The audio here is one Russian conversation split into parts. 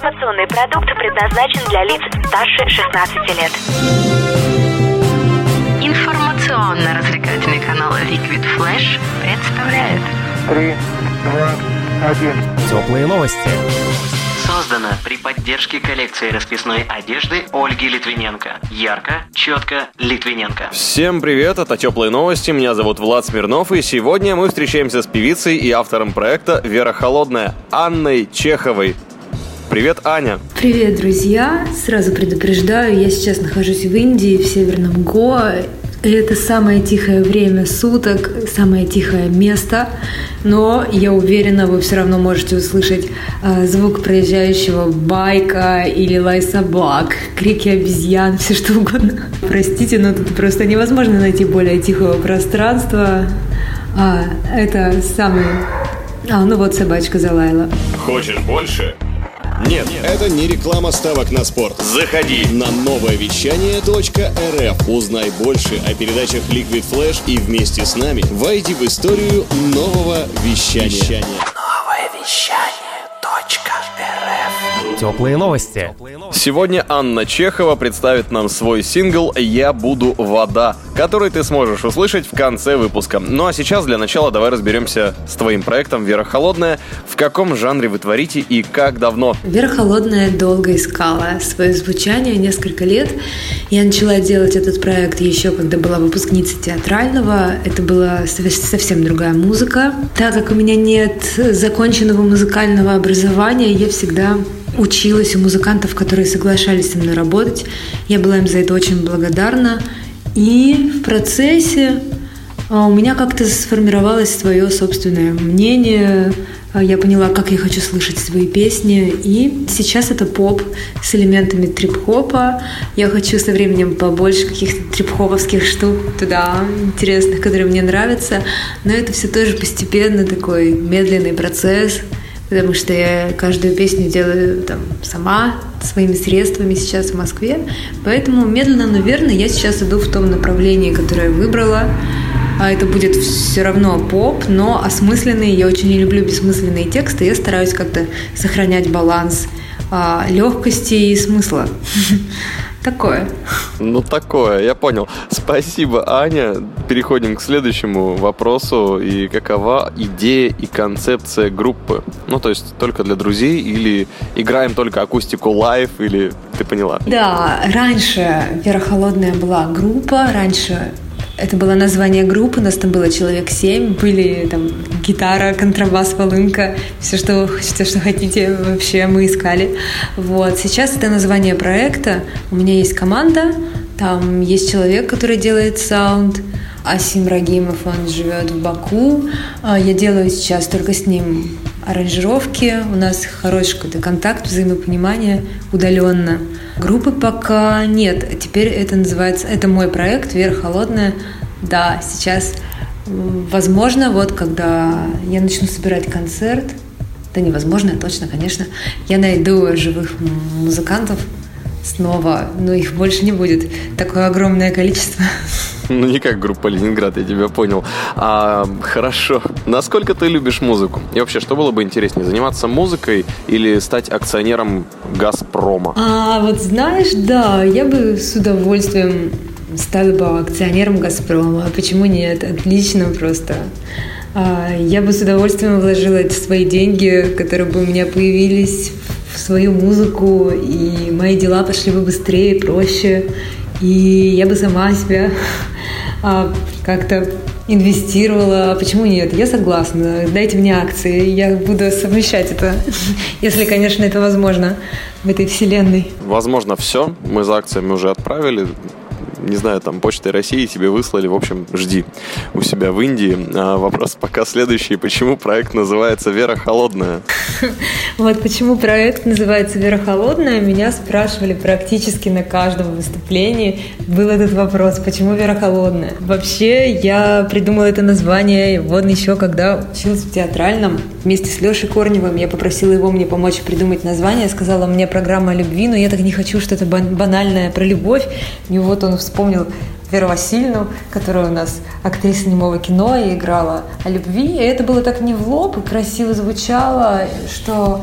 Информационный продукт предназначен для лиц старше 16 лет. Информационно-развлекательный канал Liquid Flash представляет 3, 2, 1. Теплые новости. Создано при поддержке коллекции расписной одежды Ольги Литвиненко. Ярко, четко, Литвиненко. Всем привет, это Теплые новости, меня зовут Влад Смирнов, и сегодня мы встречаемся с певицей и автором проекта «Вера Холодная» Анной Чеховой. Привет, Аня. Привет, друзья. Сразу предупреждаю, я сейчас нахожусь в Индии, в Северном Гоа. Это самое тихое время суток, самое тихое место, но я уверена, вы все равно можете услышать звук проезжающего байка или лай собак, крики обезьян, все что угодно. Простите, но тут просто невозможно найти более тихого пространства. Это самый... ну вот собачка залаяла. Хочешь больше? Нет. Это не реклама ставок на спорт. Заходи на новое вещание.рф. Узнай больше о передачах Liquid Flash и вместе с нами войди в историю нового вещания. Новое вещание.рф. Теплые новости. Сегодня Анна Чехова представит нам свой сингл «Я буду вода», который ты сможешь услышать в конце выпуска. Ну а сейчас для начала давай разберемся с твоим проектом «Вера Холодная». В каком жанре вы творите и как давно? «Вера Холодная» долго искала свое звучание, несколько лет. Я начала делать этот проект еще когда была выпускницей театрального. Это была совсем другая музыка. Так как у меня нет законченного музыкального образования, я всегда училась у музыкантов, которые соглашались со мной работать. Я была им за это очень благодарна. И в процессе у меня как-то сформировалось свое собственное мнение. Я поняла, как я хочу слышать свои песни. И сейчас это поп с элементами трип-хопа. Я хочу со временем побольше каких-то трип-хоповских штук туда, интересных, которые мне нравятся. Но это все тоже постепенно такой медленный процесс. Потому что я каждую песню делаю там сама, своими средствами сейчас в Москве. Поэтому медленно, но верно я сейчас иду в том направлении, которое я выбрала. Это будет все равно поп, но осмысленный. Я очень не люблю бессмысленные тексты. Я стараюсь как-то сохранять баланс легкости и смысла. Такое. Ну, такое, я понял. Спасибо, Аня. Переходим к следующему вопросу. И какова идея и концепция группы? Ну, то есть только для друзей или играем только акустику лайв, или ты поняла? Да, раньше «Вера Холодная» была группа, раньше... Это было название группы, нас там было человек 7, были там гитара, контрабас, волынка, все, что хотите, вообще мы искали. Вот. Сейчас это название проекта, у меня есть команда, там есть человек, который делает саунд, Асим Рагимов, он живет в Баку, я делаю сейчас только с ним аранжировки, у нас хороший какой-то контакт, взаимопонимание удаленно. Группы пока нет, теперь это называется, это мой проект «Вера Холодная». Да, сейчас, возможно, вот когда я начну собирать концерт, да невозможно, точно, конечно, я найду живых музыкантов снова, но их больше не будет, такое огромное количество. Ну, не как группа «Ленинград», я тебя понял. Хорошо. Насколько ты любишь музыку? И вообще, что было бы интереснее, заниматься музыкой или стать акционером «Газпрома»? Вот знаешь, да, я бы с удовольствием стала бы акционером «Газпрома». Почему нет? Отлично просто. Я бы с удовольствием вложила эти свои деньги, которые бы у меня появились в свою музыку, и мои дела пошли бы быстрее, проще. И я бы сама себя как-то инвестировала. Почему нет? Я согласна. Дайте мне акции. Я буду совмещать это, если, конечно, это возможно в этой вселенной. Возможно, все. Мы за акциями уже отправили. Не знаю, там Почтой России тебе выслали. В общем, жди у себя в Индии. Вопрос пока следующий. Почему проект называется «Вера Холодная»? Вот почему проект называется «Вера Холодная». Меня спрашивали практически на каждом выступлении. Был этот вопрос, почему «Вера Холодная». Вообще, я придумала это название вот еще когда училась в театральном. Вместе с Лешей Корневым я попросила его мне помочь придумать название. Сказала, мне программа о любви, но я так не хочу что-то банальное про любовь. И вот он вспомнил Веру Васильевну, которая у нас актриса немого кино и играла о любви. И это было так не в лоб и красиво звучало, что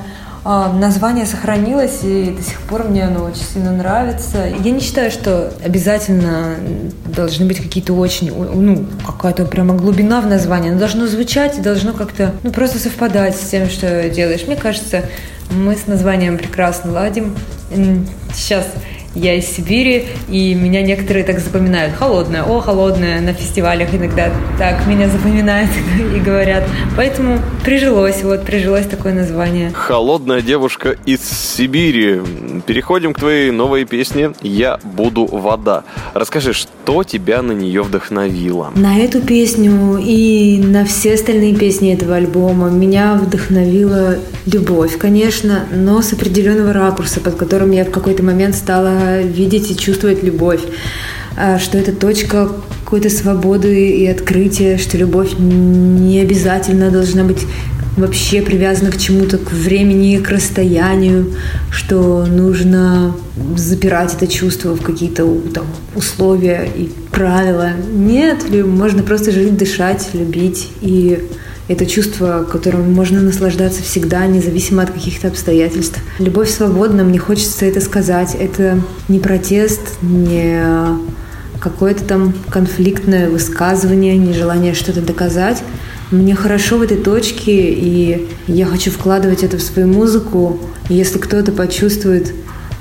название сохранилось, и до сих пор мне оно очень сильно нравится. Я не считаю, что обязательно должны быть какие-то очень, какая-то прямо глубина в названии. Оно должно звучать и должно как-то, просто совпадать с тем, что делаешь. Мне кажется, мы с названием прекрасно ладим. Сейчас я из Сибири, и меня некоторые так запоминают. Холодная, на фестивалях иногда так меня запоминают и говорят. Поэтому прижилось такое название. Холодная девушка из Сибири. Переходим к твоей новой песне «Я буду вода». Расскажи, что тебя на нее вдохновило? На эту песню и на все остальные песни этого альбома меня вдохновила любовь, конечно, но с определенного ракурса, под которым я в какой-то момент стала видеть и чувствовать любовь, что это точка какой-то свободы и открытия, что любовь не обязательно должна быть вообще привязана к чему-то, к времени, к расстоянию, что нужно запирать это чувство в какие-то условия и правила. Нет, можно просто жить, дышать, любить, и это чувство, которым можно наслаждаться всегда, независимо от каких-то обстоятельств. Любовь свободна, мне хочется это сказать. Это не протест, не какое-то там конфликтное высказывание, не желание что-то доказать. Мне хорошо в этой точке, и я хочу вкладывать это в свою музыку. И если кто-то почувствует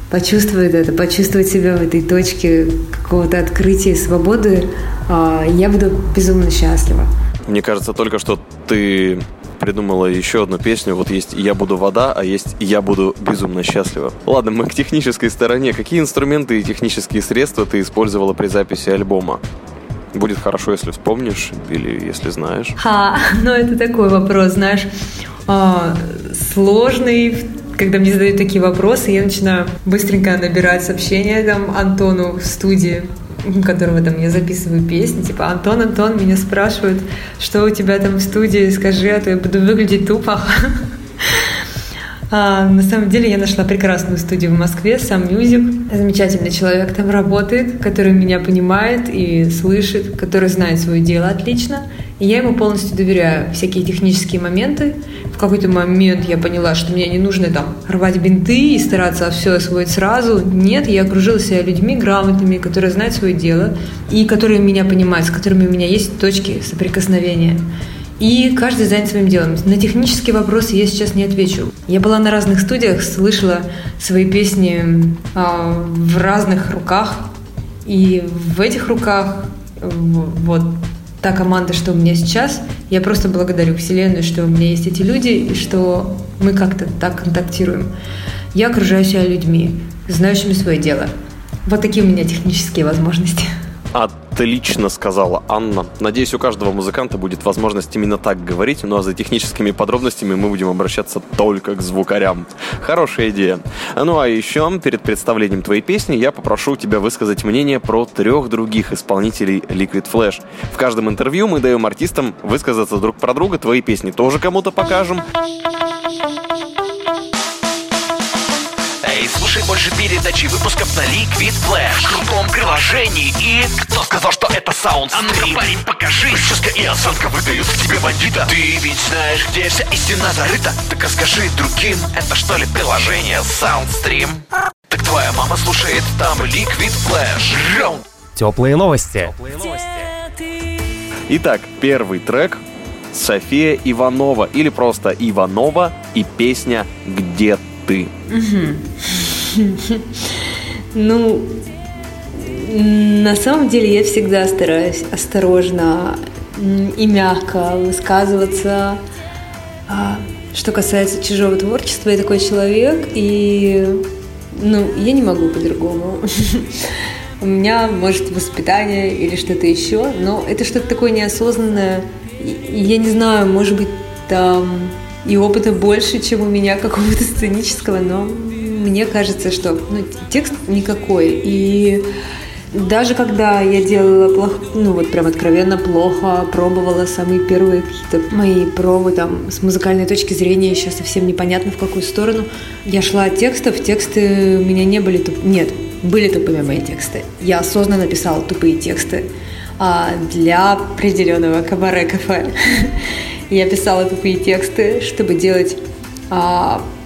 себя в этой точке какого-то открытия и свободы, я буду безумно счастлива. Мне кажется, только что ты придумала еще одну песню. Вот есть «Я буду вода», а есть «Я буду безумно счастлива». Ладно, мы к технической стороне. Какие инструменты и технические средства ты использовала при записи альбома? Будет хорошо, если вспомнишь или если знаешь. Это такой вопрос, знаешь, сложный. Когда мне задают такие вопросы, я начинаю быстренько набирать сообщения Антону в студии, у которого я записываю песни, Антон, меня спрашивают, что у тебя там в студии, скажи, а то я буду выглядеть тупо. На самом деле я нашла прекрасную студию в Москве, Some Music. Замечательный человек там работает, который меня понимает и слышит, который знает свое дело отлично. И я ему полностью доверяю всякие технические моменты. В какой-то момент я поняла, что мне не нужно рвать бинты и стараться все освоить сразу. Нет, я окружила себя людьми грамотными, которые знают свое дело и которые меня понимают, с которыми у меня есть точки соприкосновения. И каждый занят своим делом. На технические вопросы я сейчас не отвечу. Я была на разных студиях, слышала свои песни в разных руках. И в этих руках та команда, что у меня сейчас, я просто благодарю Вселенную, что у меня есть эти люди и что мы как-то так контактируем. Я окружаю себя людьми, знающими свое дело. Вот такие у меня технические возможности. Отлично сказала Анна. Надеюсь, у каждого музыканта будет возможность именно так говорить, а за техническими подробностями мы будем обращаться только к звукарям. Хорошая идея. А еще перед представлением твоей песни я попрошу тебя высказать мнение про 3 других исполнителей Liquid Flash. В каждом интервью мы даем артистам высказаться друг про друга, твои песни тоже кому-то покажем. Слушай больше передачи выпусков на Liquid Flash в крутом приложении. И кто сказал, что это SoundStream? А ну-ка, парень, покажи. Прическа и осанка выдают в тебе бандита. Ты ведь знаешь, где вся истина зарыта. Так расскажи другим, это что ли приложение SoundStream? Так твоя мама слушает там Liquid Flash. Теплые новости. Итак, первый трек — София Иванова, или просто Иванова, и песня «Где ты?». На самом деле я всегда стараюсь осторожно и мягко высказываться. Что касается чужого творчества, я такой человек, и я не могу по-другому. У меня, может, воспитание или что-то еще, но это что-то такое неосознанное. Я не знаю, может быть, там и опыта больше, чем у меня какого-то сценического, но мне кажется, что текст никакой. И даже когда я делала плохо, прям откровенно плохо, пробовала самые первые какие-то мои пробы с музыкальной точки зрения, еще совсем непонятно в какую сторону, я шла от текстов, тексты у меня не были Нет, были тупыми мои тексты. Я осознанно писала тупые тексты для определенного кабаре-кафе. Я писала тупые тексты, чтобы делать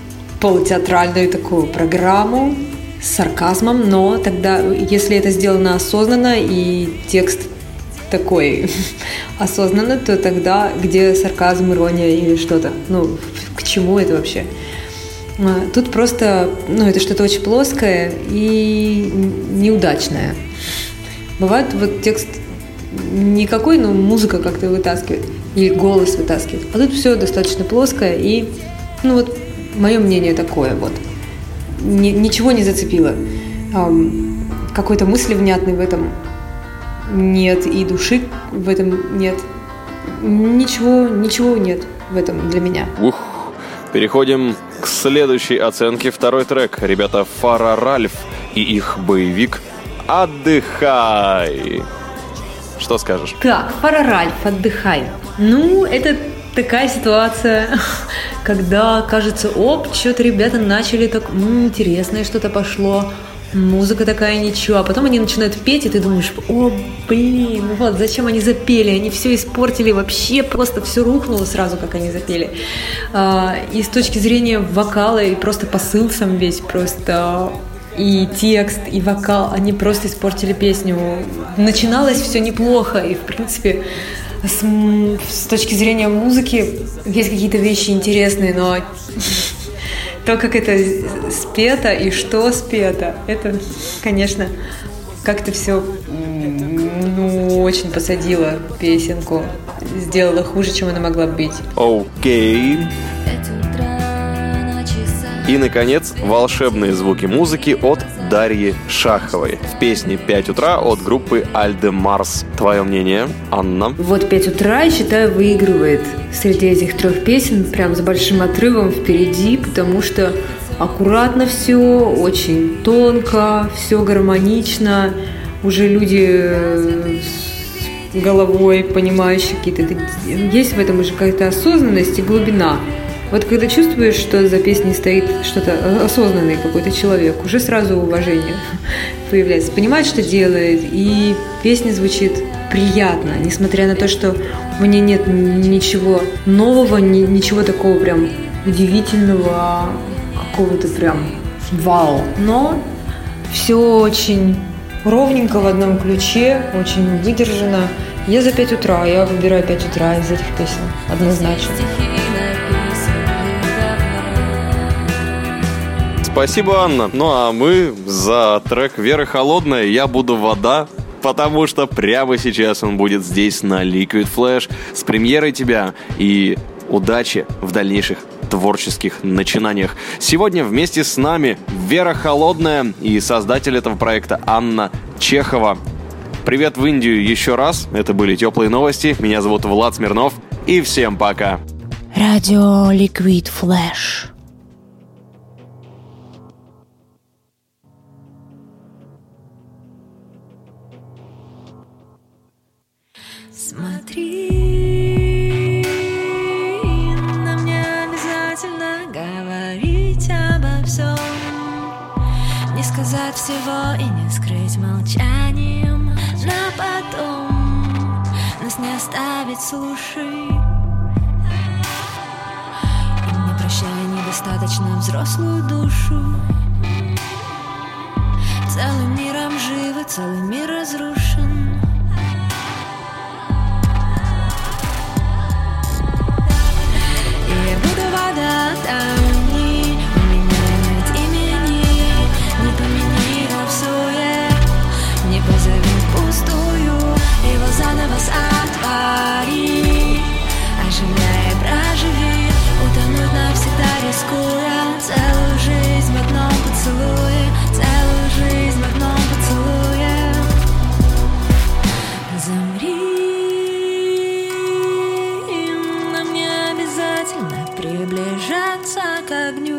полутеатральную такую программу с сарказмом, но тогда, если это сделано осознанно и текст такой осознанно, то тогда где сарказм, ирония или что-то? Ну, к чему это вообще? Тут просто, это что-то очень плоское и неудачное. Бывает вот текст никакой, но музыка как-то вытаскивает, или голос вытаскивает. А тут все достаточно плоское и, мое мнение такое вот. Ничего не зацепило. Какой-то мысли внятной в этом нет, и души в этом нет. Ничего нет в этом для меня. Переходим к следующей оценке. Второй трек. Ребята Фара Ральф и их боевик «Отдыхай». Что скажешь? Так, Фара Ральф, «Отдыхай». Это такая ситуация, когда кажется, что-то ребята начали так, интересное что-то пошло, музыка такая ничего, а потом они начинают петь, и ты думаешь, зачем они запели, они все испортили, вообще просто все рухнуло сразу, как они запели. И с точки зрения вокала, и просто посыл сам весь, просто и текст, и вокал, они просто испортили песню. Начиналось все неплохо, и в принципе с точки зрения музыки есть какие-то вещи интересные, но то, как это спето и что спето, это, конечно, как-то все очень посадило песенку, сделало хуже, чем она могла быть. Окей. И, наконец, волшебные звуки музыки от Дарьи Шаховой в песне «5 утра» от группы Альде Марс. Твое мнение, Анна? Вот «5 утра», я считаю, выигрывает среди этих трех песен прям с большим отрывом впереди, потому что аккуратно все, очень тонко, все гармонично. Уже люди с головой понимающие какие-то... Есть в этом уже какая-то осознанность и глубина. Вот когда чувствуешь, что за песней стоит что-то осознанный какой-то человек, уже сразу уважение появляется. Понимает, что делает, и песня звучит приятно, несмотря на то, что в ней нет ничего нового, ничего такого прям удивительного, какого-то прям вау. Но все очень ровненько в одном ключе, очень выдержано. Я за 5 утра, я выбираю 5 утра из этих песен, однозначно. Спасибо, Анна. А мы за трек Веры Холодной «Я буду вода», потому что прямо сейчас он будет здесь на Liquid Flash. С премьерой тебя и удачи в дальнейших творческих начинаниях. Сегодня вместе с нами Вера Холодная и создатель этого проекта Анна Чехова. Привет в Индию еще раз. Это были теплые новости. Меня зовут Влад Смирнов. И всем пока. Радио Liquid Flash. Смотри, нам не обязательно говорить обо всем, не сказать всего и не скрыть молчанием, на потом нас не оставить, слушай. И не прощай недостаточно взрослую душу. Целым миром живы, целый мир разрушен. Я буду вода, тани, у меня нет имени, не помяни его в суе, не позови впустую, его заново сотвори, оживляй, проживи, утонуть навсегда рискуя, целую жизнь в одном поцелуе, целую жизнь в одном поцелуе. Замри. Приближаться к огню.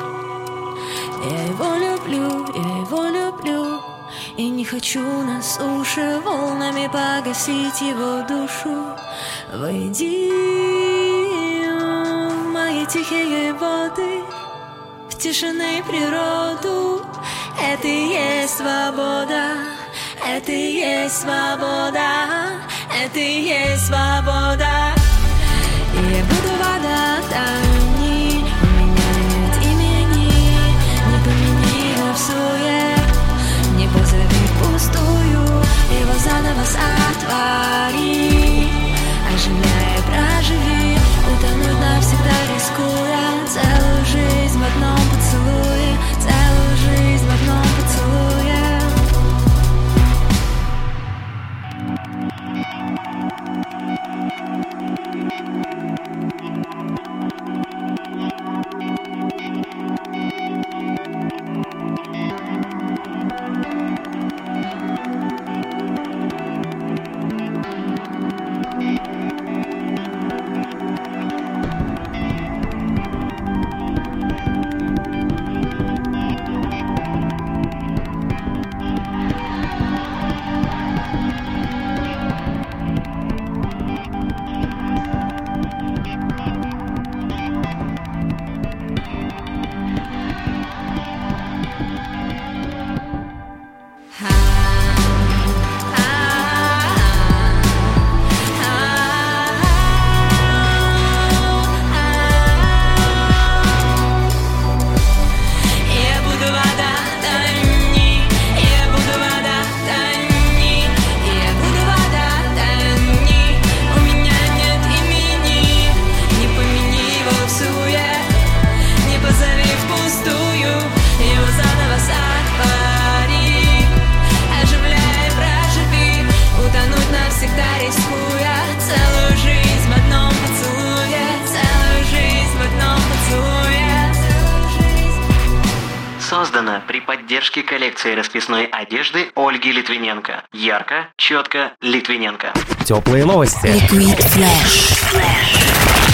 Я его люблю, и не хочу на суше волнами погасить его душу. Войди в мои тихие воды, в тишины природу. Это и есть свобода, это и есть свобода, это и есть свобода. Я буду вода, тани, у меня нет имени, создано при поддержке коллекции расписной одежды Ольги Литвиненко. Ярко, четко, Литвиненко. Теплые новости. Liquid Flash.